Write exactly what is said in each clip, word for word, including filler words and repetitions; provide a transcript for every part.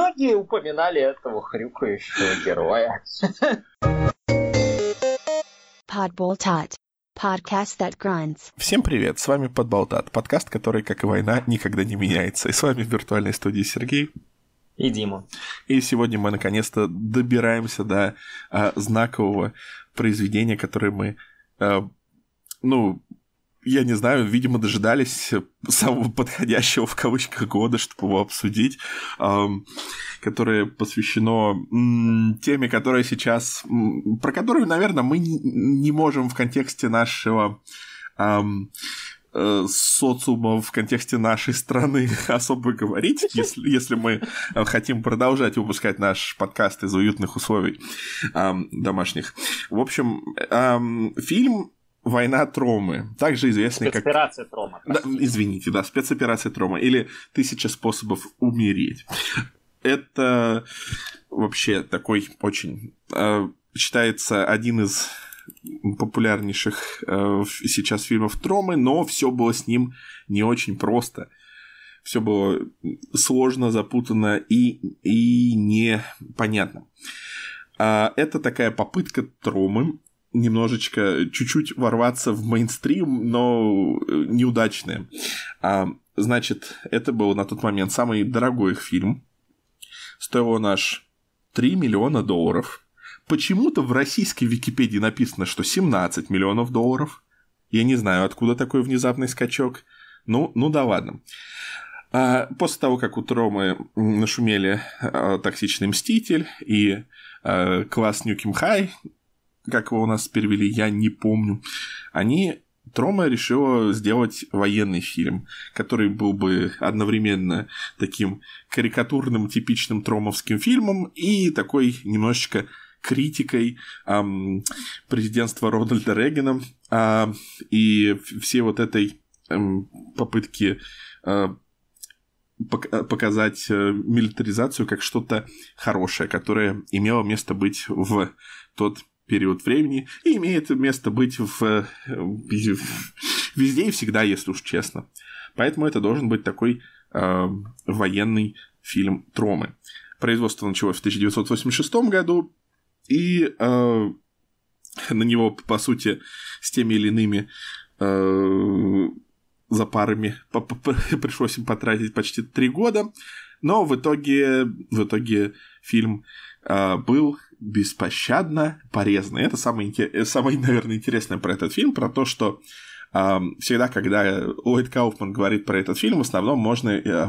многие упоминали этого хрюкающего героя. Подболтат. Podcast that grunts. Всем привет, с вами Подболтат, подкаст, который, как и война, никогда не меняется. И с вами в виртуальной студии Сергей. И Дима. И сегодня мы наконец-то добираемся до а, знакового произведения, которое мы, а, ну, я не знаю, видимо, дожидались самого подходящего в кавычках года, чтобы его обсудить, а, которое посвящено м, теме, которая сейчас, м, про которую, наверное, мы не, не можем в контексте нашего... А, социума, в контексте нашей страны особо говорить, если, если мы хотим продолжать выпускать наш подкаст из уютных условий эм, домашних. В общем, эм, фильм «Война Тромы», также известный как... Спецоперация Трома. Да, извините, да, спецоперация Трома, или «Тысяча способов умереть». Это вообще такой очень... Э, считается один из... популярнейших э, сейчас фильмов Тромы, но все было с ним не очень просто. Все было сложно, запутанно и, и непонятно. А это такая попытка Тромы немножечко, чуть-чуть ворваться в мейнстрим, но неудачная. А, значит, это был на тот момент самый дорогой их фильм. Стоил он аж три миллиона долларов. Почему-то в российской Википедии написано, что семнадцать миллионов долларов. Я не знаю, откуда такой внезапный скачок. Ну, ну да ладно. А после того, как у Тромы нашумели а, «Токсичный мститель» и а, «Класс Нюкем Хай», как его у нас перевели, я не помню, они... Трома решила сделать военный фильм, который был бы одновременно таким карикатурным, типичным тромовским фильмом и такой немножечко... критикой эм, президентства Рональда Рейгана э, и всей вот этой эм, попытки э, пок- показать э, милитаризацию как что-то хорошее, которое имело место быть в тот период времени и имеет место быть в, э, везде и всегда, если уж честно. Поэтому это должен быть такой э, военный фильм Тромы. Производство началось в тысяча девятьсот восемьдесят шестом году. И э, на него, по сути, с теми или иными э, запарами пришлось им потратить почти три года. Но в итоге, в итоге фильм э, был беспощадно порезанный. Это самое, самое, наверное, интересное про этот фильм, про то, что э, всегда, когда Ллойд Кауфман говорит про этот фильм, в основном можно э,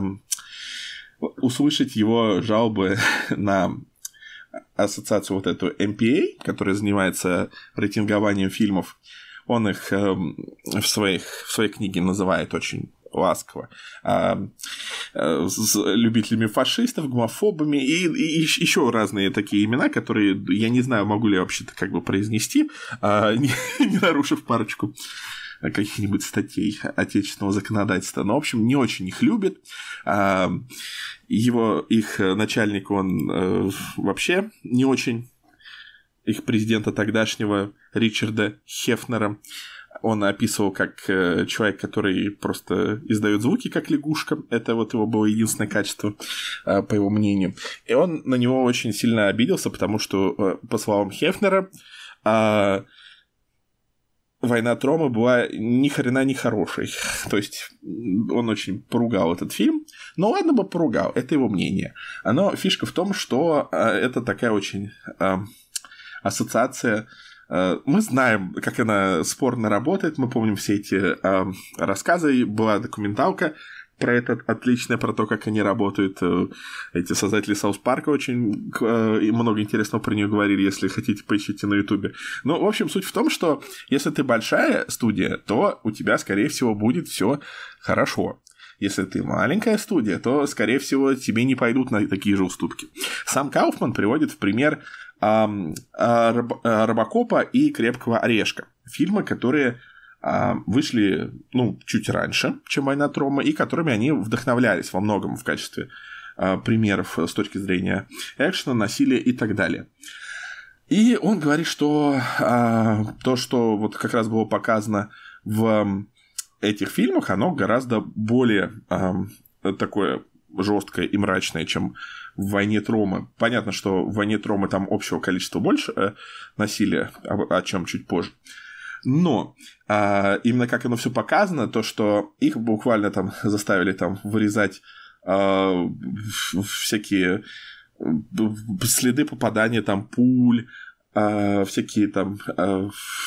услышать его жалобы на... ассоциацию вот эту эм пи эй, которая занимается рейтингованием фильмов, он их э, в, своих, в своей книге называет очень ласково э, э, с любителями фашистов, гомофобами и, и еще разные такие имена, которые я не знаю, могу ли я вообще-то как бы произнести, э, не, не нарушив парочку каких-нибудь статей отечественного законодательства. Но, в общем, не очень их любит. Его, их начальник, он э, вообще не очень, их президента тогдашнего Ричарда Хефнера, он описывал как э, человек, который просто издает звуки, как лягушка. Это вот его было единственное качество, э, по его мнению. И он на него очень сильно обиделся, потому что, э, по словам Хефнера, э, «Война Тромы» была ни хрена не хорошей. То есть он очень поругал этот фильм. Ну ладно бы поругал, это его мнение. Но фишка в том, что это такая очень э, ассоциация. Э, мы знаем, как она спорно работает. Мы помним все эти э, рассказы. Была документалка про это отличная, про то, как они работают. Эти создатели Саус Парка очень э, много интересного про нее говорили, если хотите, поищите на Ютубе. Ну, в общем, суть в том, что если ты большая студия, то у тебя, скорее всего, будет все хорошо. Если ты маленькая студия, то, скорее всего, тебе не пойдут на такие же уступки. Сам Кауфман приводит в пример э, э, Роб, э, «Робокопа» и «Крепкого орешка». Фильмы, которые... вышли, ну, чуть раньше, чем «Война Трома», и которыми они вдохновлялись во многом в качестве а, примеров с точки зрения экшена, насилия и так далее. И он говорит, что а, то, что вот как раз было показано в этих фильмах, оно гораздо более а, такое жесткое и мрачное, чем в «Войне Тромы». Понятно, что в «Войне Тромы» там общего количества больше э, насилия, о, о чем чуть позже. Но э, именно как оно все показано, то, что их буквально там заставили там вырезать э, всякие следы попадания там пуль, э, всякие там... Э,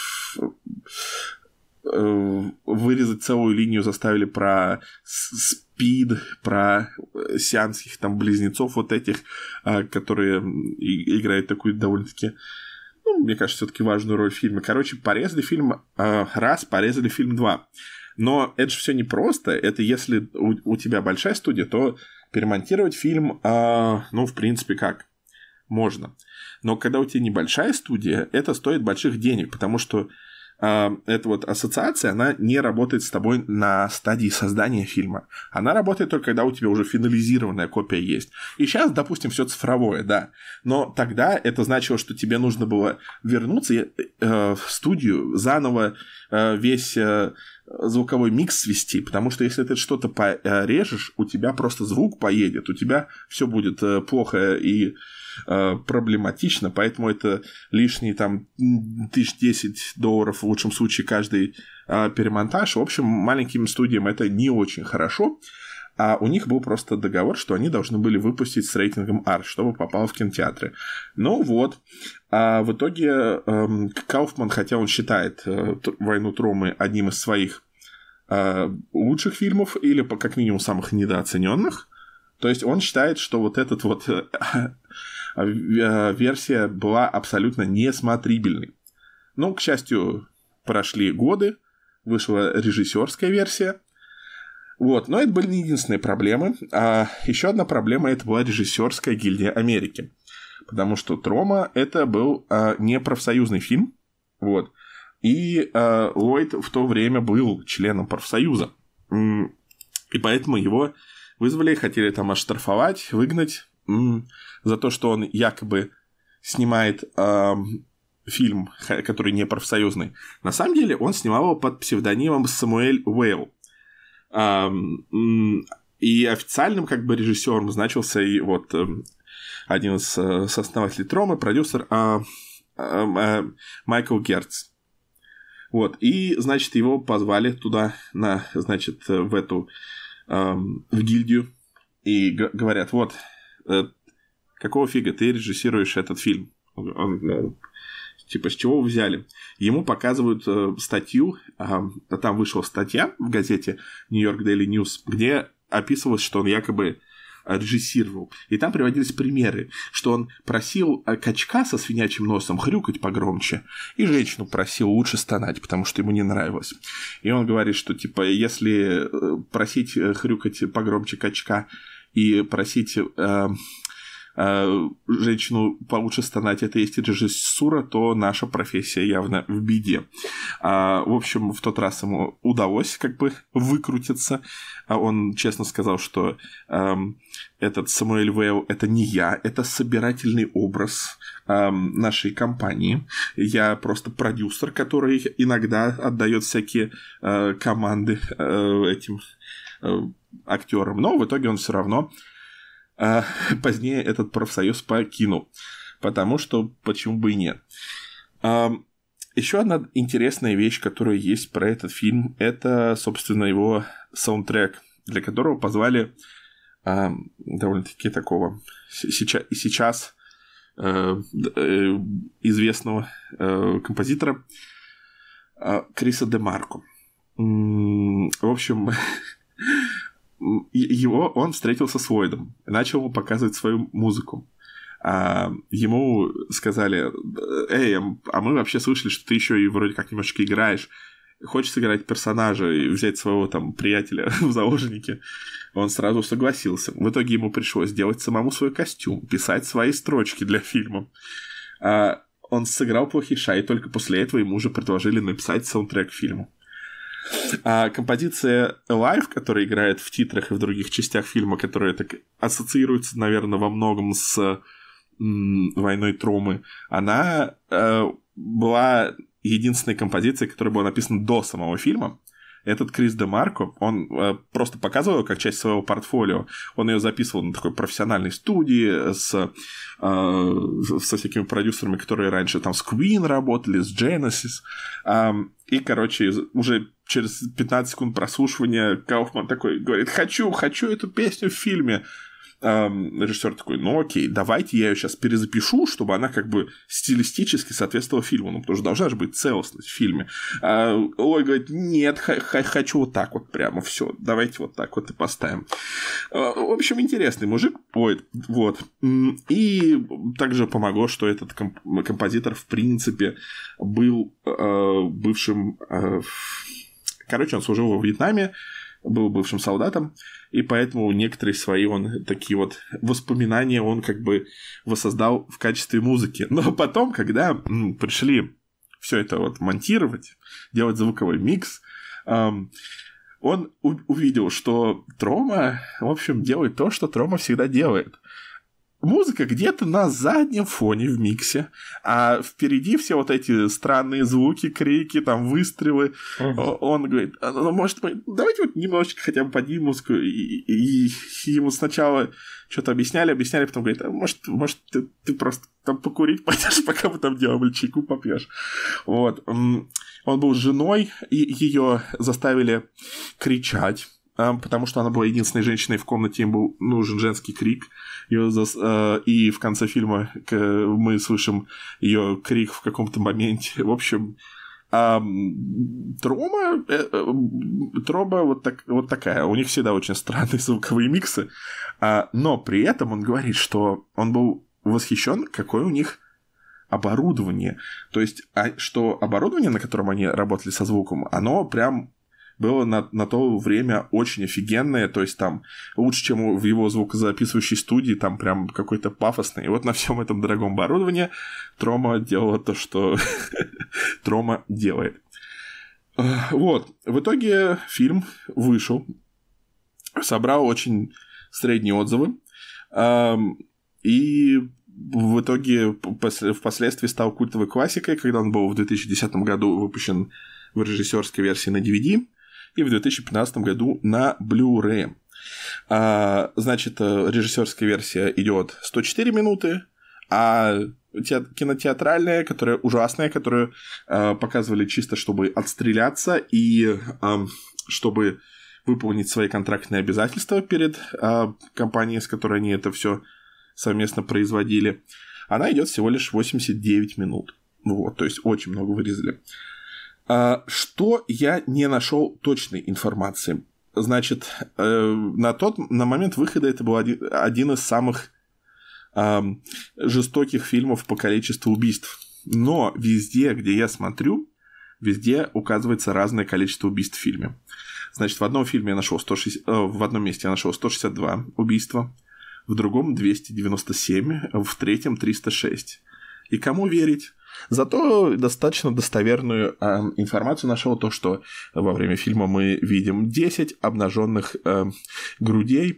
вырезать целую линию заставили про СПИД, про сиамских там близнецов вот этих, которые играют такую довольно-таки, ну, мне кажется, все-таки важную роль в фильме. Короче, порезали фильм раз, порезали фильм два. Но это же все непросто. Это если у, у тебя большая студия, то перемонтировать фильм, ну, в принципе, как? Можно. Но когда у тебя небольшая студия, это стоит больших денег, потому что эта вот ассоциация, она не работает с тобой на стадии создания фильма. Она работает только когда у тебя уже финализированная копия есть. И сейчас, допустим, все цифровое, да. Но тогда это значило, что тебе нужно было вернуться э, в студию, заново э, весь э, звуковой микс свести, потому что если ты что-то порежешь, у тебя просто звук поедет, у тебя все будет э, плохо и проблематично, поэтому это лишние там тысяч десять долларов в лучшем случае каждый а, перемонтаж. В общем, маленьким студиям это не очень хорошо, а у них был просто договор, что они должны были выпустить с рейтингом ар, чтобы попало в кинотеатры. Ну вот, а в итоге эм, Кауфман, хотя он считает э, «Войну Тромы» одним из своих э, лучших фильмов, или как минимум самых недооцененных, то есть он считает, что вот этот вот версия была абсолютно несмотрибельной. Но, к счастью, прошли годы, вышла режиссерская версия. Вот. Но это были не единственные проблемы. А еще одна проблема – это была режиссерская гильдия Америки. Потому что «Трома» – это был а, не профсоюзный фильм. Вот. И а, Ллойд в то время был членом профсоюза. И поэтому его вызвали, хотели там оштрафовать, выгнать за то, что он якобы снимает э, фильм, который не профсоюзный. На самом деле он снимал его под псевдонимом Самуэль Уэйл. Э, и официальным как бы режиссером значился и вот э, один из э, сооснователей Тромы, продюсер э, э, э, Майкл Герц. Вот. И, значит, его позвали туда, на, значит, в эту э, в гильдию. И г- говорят, вот, какого фига ты режиссируешь этот фильм? Он, типа, с чего вы взяли? Ему показывают э, статью, э, там вышла статья в газете New York Daily News, где описывалось, что он якобы режиссировал. И там приводились примеры, что он просил качка со свинячьим носом хрюкать погромче, и женщину просил лучше стонать, потому что ему не нравилось. И он говорит, что, типа, если просить хрюкать погромче качка и просить э, э, женщину получше стонать, это есть режиссура, то наша профессия явно в беде. А, в общем, в тот раз ему удалось как бы выкрутиться. А он честно сказал, что э, этот Самуэль Уэйл – это не я, это собирательный образ э, нашей компании. Я просто продюсер, который иногда отдает всякие э, команды э, этим э, актером, но в итоге он все равно э, позднее этот профсоюз покинул, потому что почему бы и нет. Э, еще одна интересная вещь, которая есть про этот фильм, это, собственно, его саундтрек, для которого позвали э, довольно-таки такого сейчас, сейчас э, э, известного э, композитора э, Криса де Марко. В общем, его, он встретился с Ллойдом, начал ему показывать свою музыку. А ему сказали: эй, а мы вообще слышали, что ты еще и вроде как немножечко играешь. Хочешь сыграть персонажа и взять своего там приятеля в заложники? Он сразу согласился. В итоге ему пришлось делать самому свой костюм, писать свои строчки для фильма. А он сыграл плохиша, и только после этого ему уже предложили написать саундтрек к фильму. А композиция Alive, которая играет в титрах и в других частях фильма, которая так ассоциируется, наверное, во многом с м, «Войной Тромы», она э, была единственной композицией, которая была написана до самого фильма. этот Крис Демарко, он э, просто показывал ее как часть своего портфолио. Он ее записывал на такой профессиональной студии с, э, со всякими продюсерами, которые раньше там с Queen работали, с Genesis. Э, и, короче, уже через пятнадцать секунд прослушивания Кауфман такой говорит: «Хочу, хочу эту песню в фильме». Эм, режиссер такой: ну окей, давайте я ее сейчас перезапишу, чтобы она как бы стилистически соответствовала фильму, ну потому что должна же быть целостность в фильме. А Ллойд говорит: нет, х- х- хочу вот так вот прямо, все, давайте вот так вот и поставим. А, в общем, интересный мужик, ой, вот. И также помогло, что этот комп- композитор в принципе был э, бывшим, э, короче, он служил во Вьетнаме, был бывшим солдатом, и поэтому некоторые свои он такие вот воспоминания он как бы воссоздал в качестве музыки. Но потом, когда м, пришли все это вот монтировать, делать звуковой микс, эм, он у- увидел, что Трома, в общем, делает то, что Трома всегда делает. Музыка где-то на заднем фоне в миксе, а впереди все вот эти странные звуки, крики, там, выстрелы. Uh-huh. Он говорит: ну, может, мы... давайте вот немножечко хотя бы поднимем музыку. И, и, и ему сначала что-то объясняли, объясняли, потом говорит: а может, может ты, ты просто там покурить пойдешь, пока мы там делаем, или чайку попьешь. Вот. Он был с женой, и ее заставили кричать, потому что она была единственной женщиной в комнате, им был нужен женский крик. Её зас... И в конце фильма мы слышим ее крик в каком-то моменте. В общем, Трома, Трома вот, так, вот такая. У них всегда очень странные звуковые миксы. Но при этом он говорит, что он был восхищен, какое у них оборудование. То есть, что оборудование, на котором они работали со звуком, оно прям было на, на то время очень офигенное, то есть там лучше, чем в его звукозаписывающей студии, там прям какой-то пафосный. И вот на всем этом дорогом оборудовании Трома делала то, что Трома делает. Вот. В итоге фильм вышел, собрал очень средние отзывы, и в итоге впоследствии стал культовой классикой, когда он был в две тысячи десятом году выпущен в режиссерской версии на ди ви ди, и в две тысячи пятнадцатом году на Blu-ray. А, значит, режиссерская версия идет сто четыре минуты, а кинотеатральная, которая ужасная, которую а, показывали чисто, чтобы отстреляться и а, чтобы выполнить свои контрактные обязательства перед а, компанией, с которой они это все совместно производили, она идет всего лишь восемьдесят девять минут. Вот, то есть очень много вырезали. Что я не нашел точной информации. Значит, на тот на момент выхода это был один, один из самых э, жестоких фильмов по количеству убийств. Но везде, где я смотрю, везде указывается разное количество убийств в фильме. Значит, в одном фильме я нашел сто шестьдесят, э, в одном месте я нашел сто шестьдесят два убийства, в другом двести девяносто семь, в третьем триста шесть. И кому верить? Зато достаточно достоверную э, информацию нашел то, что во время фильма мы видим десять обнаженных э, грудей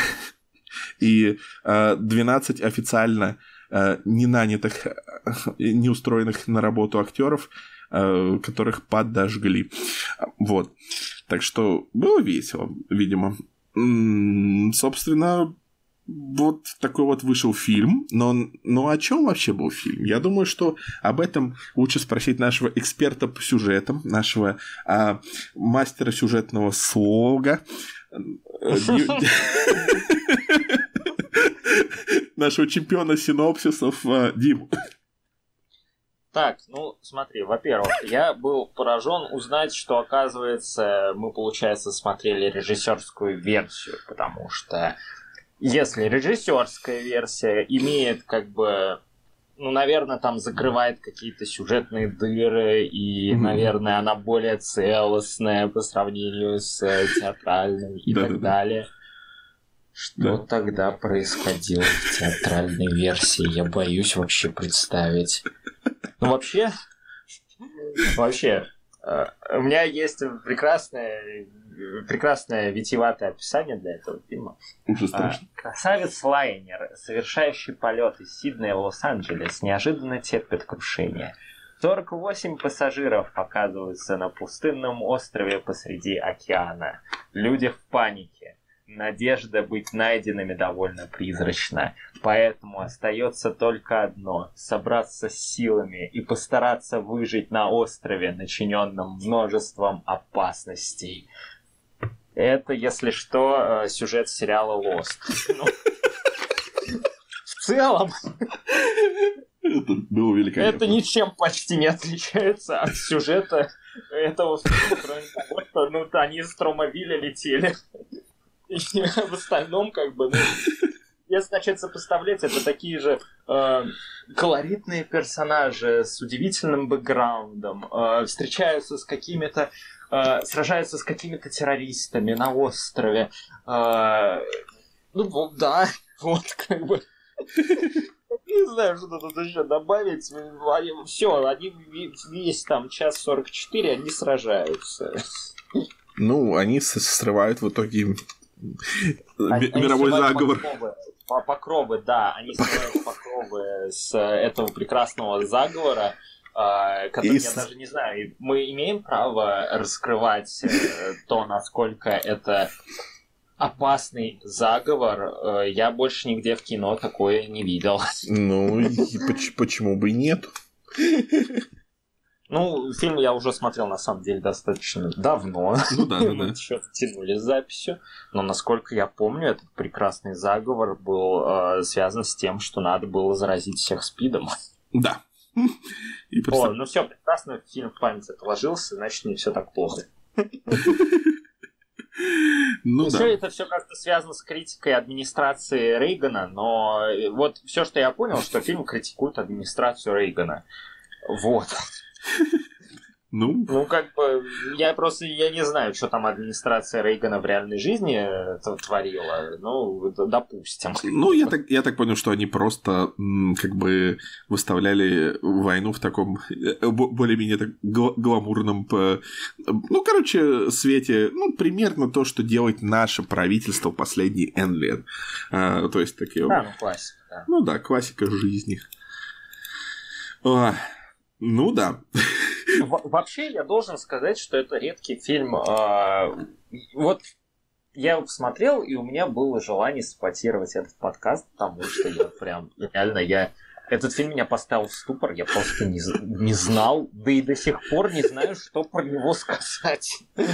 и э, двенадцать официально э, не нанятых, э, не устроенных на работу актеров, э, которых подожгли. Вот. Так что было весело, видимо. М-м, собственно, вот такой вот вышел фильм, но, но о чем вообще был фильм? Я думаю, что об этом лучше спросить нашего эксперта по сюжетам, нашего а, мастера сюжетного слога, нашего чемпиона синопсисов Диму. Так, ну смотри, во-первых, я был поражен узнать, что, оказывается, мы, получается, смотрели режиссерскую версию, потому что если режиссерская версия имеет как бы, ну, наверное, там закрывает какие-то сюжетные дыры, и, mm-hmm. наверное, она более целостная по сравнению с театральной и так далее. Что тогда происходило в театральной версии? Я боюсь вообще представить. Ну, вообще, вообще, у меня есть прекрасное, прекрасное витиеватое описание для этого фильма. Красавец-лайнер, совершающий полет из Сиднея в Лос-Анджелес, неожиданно терпит крушение. сорок восемь пассажиров оказываются на пустынном острове посреди океана. Люди в панике. Надежда быть найденными довольно призрачна. Поэтому остается только одно — собраться с силами и постараться выжить на острове, начиненном множеством опасностей. Это, если что, сюжет сериала Lost. В целом... Это было великолепно. Это ничем почти не отличается от сюжета этого фильма, кроме того, что ну, они с Тромовиля летели. И в остальном, как бы, ну, если начать сопоставлять, это такие же э, колоритные персонажи с удивительным бэкграундом, э, встречаются с какими-то, э, сражаются с какими-то террористами на острове. Э, ну, вот, да, вот, как бы... Не знаю, что тут еще добавить. Они, все, они весь там час сорок четыре, они сражаются. Ну, они срывают в итоге они, мировой они заговор. Покровы, покровы, да, они срывают покровы с этого прекрасного заговора, который И... я даже не знаю. Мы имеем право раскрывать то, насколько это... опасный заговор. Я больше нигде в кино такое не видел. Ну, почему бы и нет? Ну, фильм я уже смотрел, на самом деле, достаточно давно. Ну да, да, Мы еще тянули с записью. Но, насколько я помню, этот прекрасный заговор был э, связан с тем, что надо было заразить всех СПИДом. Да. И просто... О, ну все, прекрасно, фильм в память отложился, значит, не все так плохо. Ну, да. Все это все как-то связано с критикой администрации Рейгана, но вот все, что я понял, что фильм критикует администрацию Рейгана. Вот. Ну, ну, как бы, я просто, я не знаю, что там администрация Рейгана в реальной жизни творила, ну, допустим. Ну, я так, я так понял, что они просто, как бы, выставляли войну в таком более-менее так гламурном, ну, короче, свете, ну, примерно то, что делает наше правительство последний N лет. А, то есть, такие... Да, ну, классика, да. Ну, да, классика жизни. О, ну, да. Вообще, я должен сказать, что это редкий фильм. Вот я его посмотрел, и у меня было желание спонсировать этот подкаст, потому что я прям реально, я... Этот фильм меня поставил в ступор, я просто не, не знал, да и до сих пор не знаю, что про него сказать.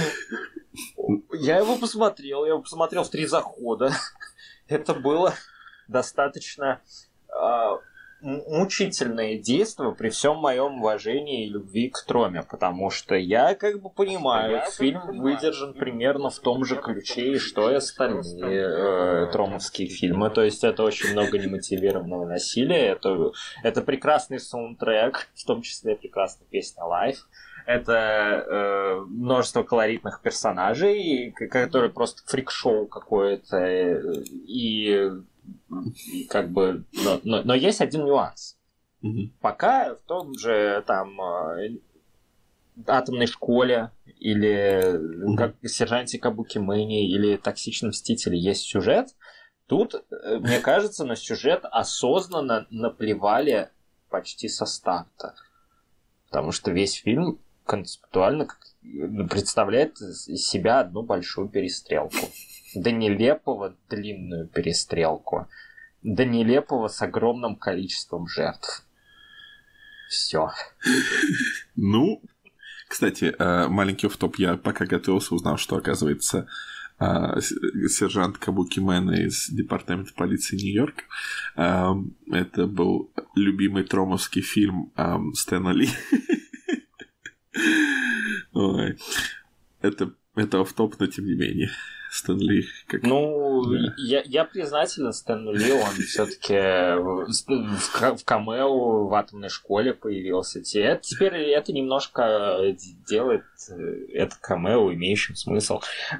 Я его посмотрел, я его посмотрел в три захода. Это было достаточно... мучительное действие при всем моем уважении и любви к Троме, потому что я как бы понимаю, я фильм понимаю. выдержан примерно в том же ключе, что и остальные э, тромовские фильмы, то есть это очень много немотивированного насилия, это, это прекрасный саундтрек, в том числе прекрасная песня Life, это э, множество колоритных персонажей, которые просто фрик-шоу какое-то, и И как бы, но, но, но есть один нюанс. Mm-hmm. Пока в том же там атомной школе или mm-hmm. как сержанте Кабуки-мэне или токсичном мстителе есть сюжет, тут, мне кажется, на сюжет осознанно наплевали почти со старта. Потому что весь фильм концептуально представляет из себя одну большую перестрелку. До нелепого длинную перестрелку. До нелепого с огромным количеством жертв. Все. Ну, кстати, маленький офф-топ. Я пока готовился, узнал, что, оказывается, сержант Кабуки-мэне из департамента полиции Нью-Йорка. Это был любимый тромовский фильм Стэна Ли. Ой. Это, это офф-топ, но тем не менее. Стэн Ли. Как... Ну, да. я, я признателен Стэну Ли, он все-таки в, в камео в атомной школе появился. Это, теперь это немножко делает это камео имеющим смысл.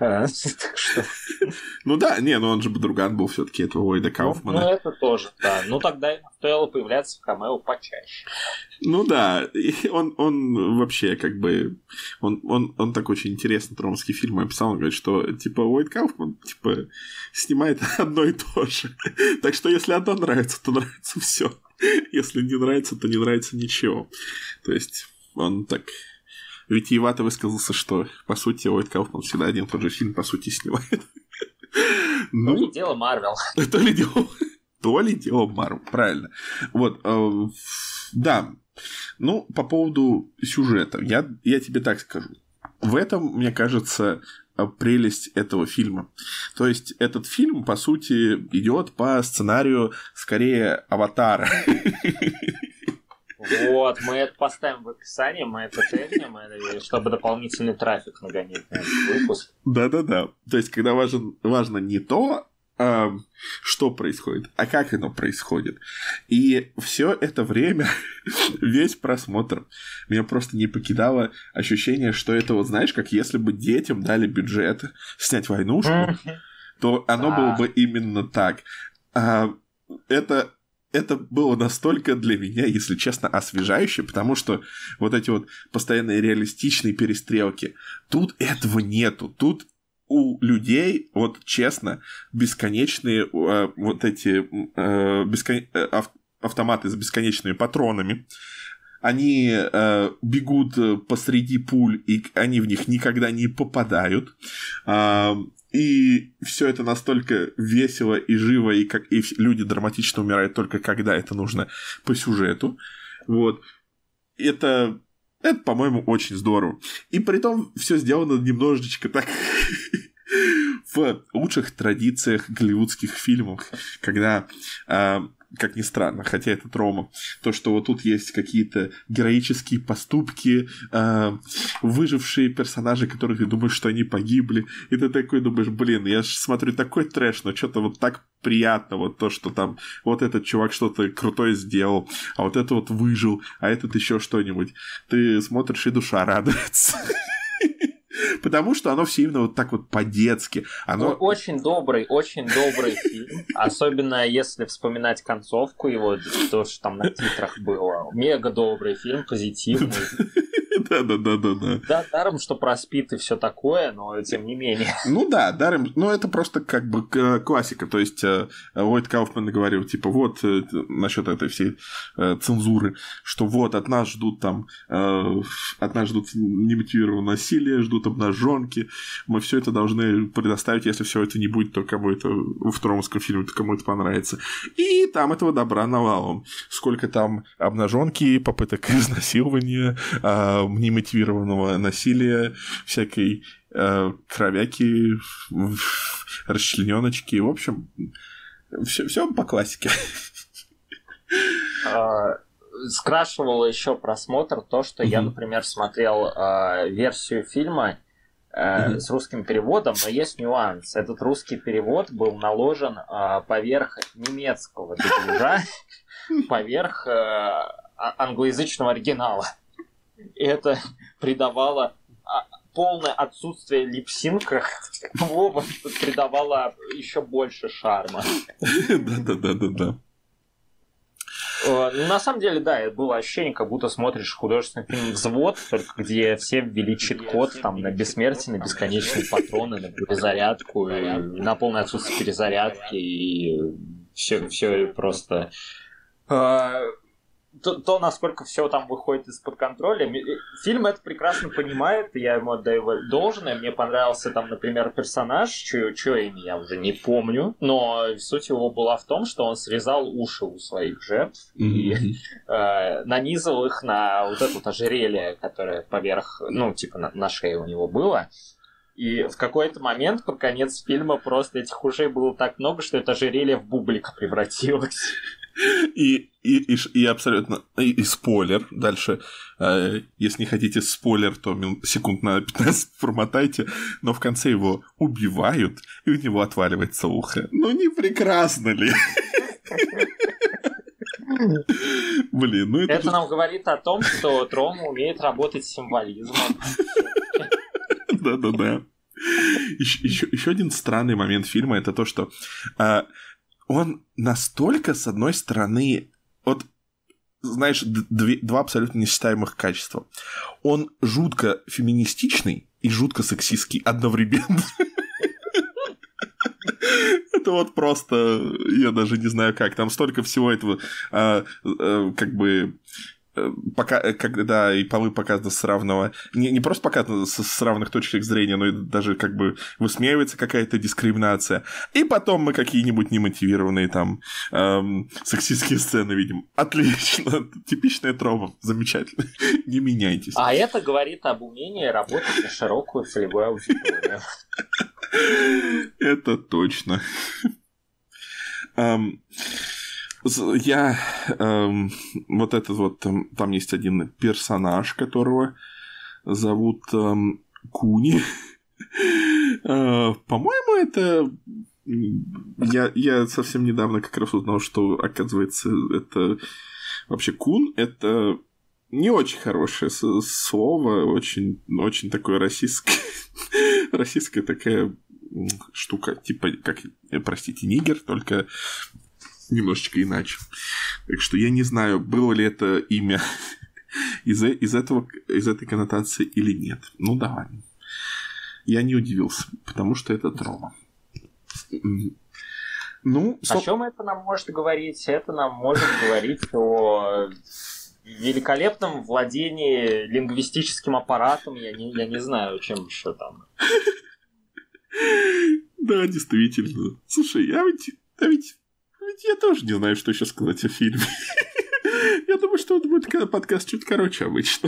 Ну да, не, но он же друган был все-таки этого Уэйда Кауфмана. Ну, это тоже, да. Ну, тогда ему стоило появляться в камео почаще. Ну да, он, он вообще как бы... Он, он, он так очень интересно тромовский фильм описал. Он говорит, что типа Уэйд Кауфман типа снимает одно и то же. Так что если одно нравится, то нравится все. Если не нравится, то не нравится ничего. То есть он так витиевато высказался, что, по сути, Ллойд Кауфман всегда один и тот же фильм, по сути, снимает. Ну, то ли дело Марвел. То ли дело... То ли дело Марвел, правильно. Вот, э, да. Ну, по поводу сюжета. Я, я тебе так скажу. В этом, мне кажется, прелесть этого фильма. То есть, этот фильм, по сути, идет по сценарию, скорее, «Аватара». Вот, мы это поставим в описании, мы это тегнем, чтобы дополнительный трафик нагонять на этот выпуск. Да-да-да. То есть, когда важен, важно не то, а, что происходит, а как оно происходит. И все это время, весь просмотр, меня просто не покидало ощущение, что это, вот знаешь, как если бы детям дали бюджет снять войнушку, то оно было бы именно так. А, это... Это было настолько для меня, если честно, освежающе, потому что вот эти вот постоянные реалистичные перестрелки, тут этого нету. Тут у людей, вот честно, бесконечные э, вот эти э, бескон... э, ав... автоматы с бесконечными патронами. Они э, бегут посреди пуль, и они в них никогда не попадают. Э, И все это настолько весело и живо, и, как, и люди драматично умирают только когда это нужно по сюжету. Вот. Это, это, по-моему, очень здорово. И при том все сделано немножечко так в лучших традициях голливудских фильмов, когда... как ни странно, хотя это Рома, то, что вот тут есть какие-то героические поступки, э, выжившие персонажи, которых ты думаешь, что они погибли, и ты такой думаешь, блин, я же смотрю такой трэш, но что-то вот так приятно, вот то, что там вот этот чувак что-то крутое сделал, а вот это вот выжил, а этот еще что-нибудь. Ты смотришь, и душа радуется. Потому что оно все именно вот так вот по-детски. Оно... Очень добрый, очень добрый фильм. Особенно если вспоминать концовку его, то, что там на титрах было. Мега добрый фильм, позитивный. Да-да-да-да-да. Да, даром, что проспит и все такое, но тем не менее. Ну да, даром, но это просто как бы классика. То есть Ллойд Кауфман говорил, типа, вот насчет этой всей цензуры, что вот от нас ждут там, от нас ждут немотивированного насилия, ждут обнаженки. Мы все это должны предоставить, если все это не будет, то кому это во втором фильме, то кому это понравится. И там этого добра навалом. Сколько там обнаженки, попыток изнасилования, немотивированного насилия, всякой э, кровяки, расчлененочки. В общем, все, все по классике. Скрашивало еще просмотр то, что я, например, смотрел версию фильма с русским переводом, но есть нюанс. Этот русский перевод был наложен поверх немецкого дубляжа, поверх англоязычного оригинала. И это придавало полное отсутствие липсинка в оба, придавало еще больше шарма. Да-да-да-да-да. На самом деле, да, это было ощущение, как будто смотришь художественный фильм «Взвод», только где все ввели чит-код там, на бессмертие, на бесконечные патроны, на перезарядку, на полное отсутствие перезарядки, и все, все просто... То, то, насколько все там выходит из-под контроля. Фильм это прекрасно понимает, я ему отдаю должное. Мне понравился там, например, персонаж, чье, чье имя я уже не помню, но суть его была в том, что он срезал уши у своих жертв mm-hmm. и э, нанизывал их на вот это вот ожерелье, которое поверх, ну, типа на, на шее у него было. И в какой-то момент, под конец фильма, просто этих ушей было так много, что это ожерелье в бублик превратилось. И, и, и, и абсолютно... И, и спойлер. Дальше, э, если не хотите спойлер, то секунд на пятнадцать промотайте. Но в конце его убивают, и у него отваливается ухо. Ну, не прекрасно ли? Блин, ну это... Это нам говорит о том, что Трома умеет работать с символизмом. Да-да-да. Еще, еще один странный момент фильма — это то, что... Он настолько, с одной стороны, вот, знаешь, две, два абсолютно несчитаемых качества. Он жутко феминистичный и жутко сексистский одновременно. Это вот просто, я даже не знаю как, там столько всего этого, а, а, как бы, пока, когда и полы показаны с равного, не, не просто показаны с, с равных точек зрения, но и даже как бы высмеивается какая-то дискриминация. И потом мы какие-нибудь немотивированные там эм, сексистские сцены видим. Отлично, типичная трома, замечательно. Не меняйтесь. А это говорит об умении работать на широкую целевую аудиторию. Это точно. Um, я... Um, вот этот вот... Там, там есть один персонаж, которого зовут um, Куни. uh, по-моему, это... Я, я совсем недавно как раз узнал, что, оказывается, это... Вообще, Кун — это не очень хорошее слово, очень, очень такое российское... Российская такая штука, типа, как, простите, нигер, только немножечко иначе. Так что я не знаю, было ли это имя из, из, этого, из этой коннотации или нет. Ну да ладно. Я не удивился, потому что это трома. Ну, о чем это нам может говорить? Это нам может говорить о великолепном владении лингвистическим аппаратом. Я не, я не знаю, чем еще там. Да, действительно. Слушай, я ведь, я ведь, ведь я тоже не знаю, что еще сказать о фильме. Я думаю, что это будет подкаст чуть короче обычно.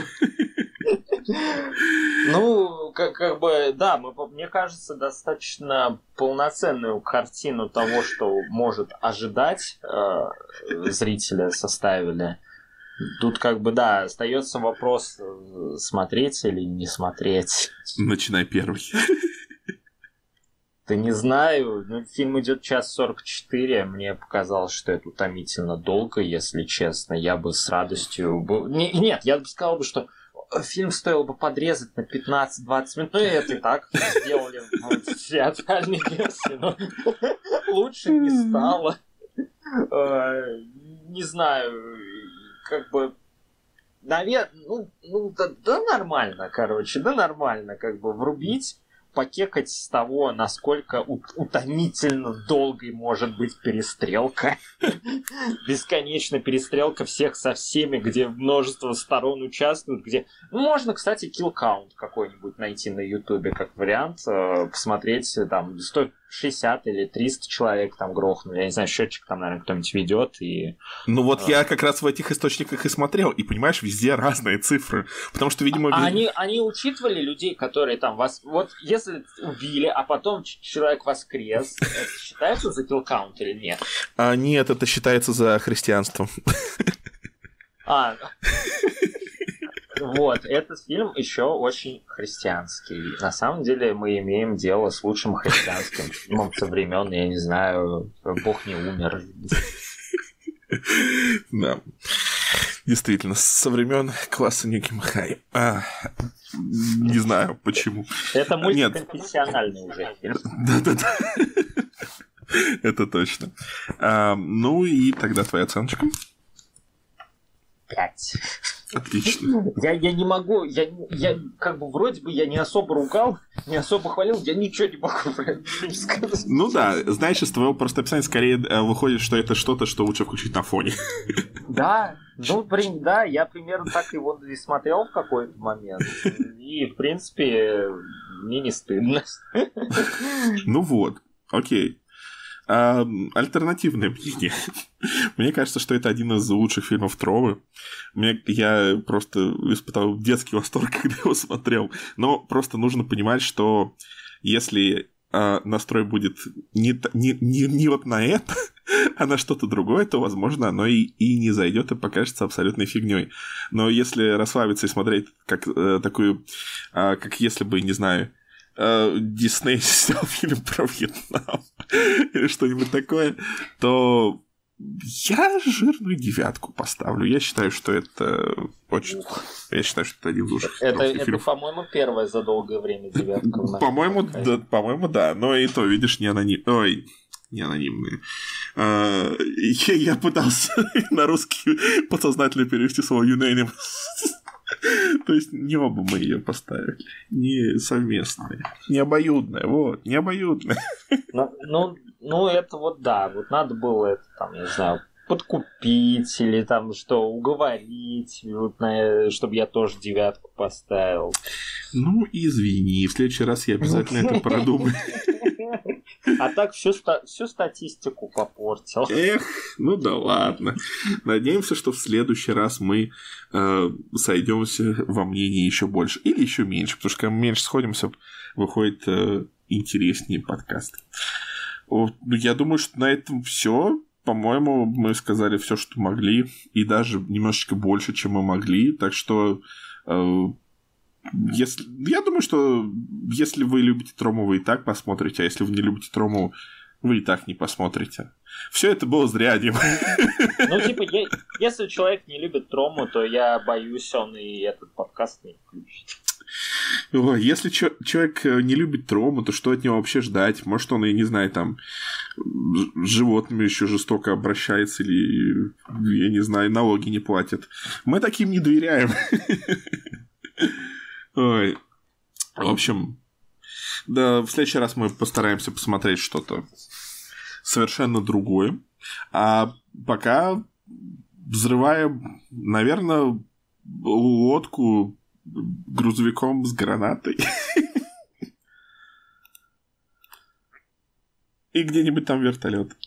Ну, как, как бы, да, мы, мне кажется, достаточно полноценную картину того, что может ожидать э, зрителя, составили. Тут как бы, да, остается вопрос, смотреть или не смотреть. Начинай первый. Да не знаю, ну, фильм идет час сорок четыре, мне показалось, что это утомительно долго, если честно. Я бы с радостью... Был... Не, нет, я бы сказал, что фильм стоило бы подрезать на пятнадцать-двадцать минут, ну и это и так сделали в театральной версии, но лучше не стало. Не знаю, как бы... Наверное, ну, ну да, да нормально, короче, да нормально, как бы врубить, покекать с того, насколько утомительно долгой может быть перестрелка. Бесконечно перестрелка всех со всеми, где множество сторон участвуют, где... Ну, можно, кстати, kill count какой-нибудь найти на Ютубе как вариант, посмотреть, там, сто шестьдесят или триста человек там грохнули. Я не знаю, счетчик там, наверное, кто-нибудь ведет и... Ну вот а... я как раз в этих источниках и смотрел, и, понимаешь, везде разные цифры, потому что, видимо... А они, они учитывали людей, которые там вас... Вот если убили, а потом человек воскрес, это считается за kill count или нет? А, нет, это считается за христианство. А, вот, этот фильм еще очень христианский. На самом деле мы имеем дело с лучшим христианским фильмом со времен, я не знаю, Бог не умер. Да. Действительно, со времен класса Ники Хай. А, не знаю, почему. Это мультиконфессиональный уже фильм. Да-да-да. Это точно. А, ну и тогда твоя оценочка? Пять. Отлично. Я, я не могу, я, я как бы вроде бы я не особо ругал, не особо хвалил, я ничего не могу про это сказать. Ну да, знаешь, из твоего просто описания скорее выходит, что это что-то, что лучше включить на фоне. Да, ну, блин, да, я примерно так его и смотрел в какой-то момент. И, в принципе, мне не стыдно. Ну вот, окей. А, альтернативное мнение. Мне кажется, что это один из лучших фильмов Тромы. Мне, я просто испытал детский восторг, когда его смотрел. Но просто нужно понимать, что если а, настрой будет не, не, не, не вот на это, а на что-то другое, то, возможно, оно и, и не зайдет и покажется абсолютной фигней. Но если расслабиться и смотреть как э, такую, э, как если бы, не знаю, Дисней снял фильм про Вьетнам или что-нибудь такое, то я жирную девятку поставлю. Я считаю, что это очень... Я считаю, что это один из лучших это, это, по-моему, первая за долгое время девятка. По-моему, да, по-моему, да. Но и то, видишь, не аноним... Ой, не анонимные. А, я, я пытался на русский подсознательно перевести слово unanimous. То есть не оба мы ее поставили. Не совместные. Не обоюдная. Вот, не обоюдная. Ну, ну, ну, это вот да. Вот надо было это, там, не знаю, подкупить или там что, уговорить, вот, на, чтобы я тоже девятку поставил. Ну, извини, в следующий раз я обязательно это продумаю. А так всю, всю статистику попортил. Эх, ну да ладно. Надеемся, что в следующий раз мы э, сойдемся во мнении еще больше. Или еще меньше, потому что когда мы меньше сходимся, выходит э, интереснее подкаст. Вот, я думаю, что на этом все. По-моему, мы сказали все, что могли, и даже немножечко больше, чем мы могли. Так что э, если, я думаю, что если вы любите Трому, вы и так посмотрите, а если вы не любите Трому, вы и так не посмотрите. Все это было зря, Дима. Ну, типа, я, если человек не любит Трому, то я боюсь, он и этот подкаст не включит. Ой, если чё, человек не любит Трому, то что от него вообще ждать? Может, он, я не знаю, там с животными еще жестоко обращается или, я не знаю, налоги не платит. Мы таким не доверяем. Ой. В общем, да, в следующий раз мы постараемся посмотреть что-то совершенно другое. А пока взрываем, наверное, лодку грузовиком с гранатой. И где-нибудь там вертолет.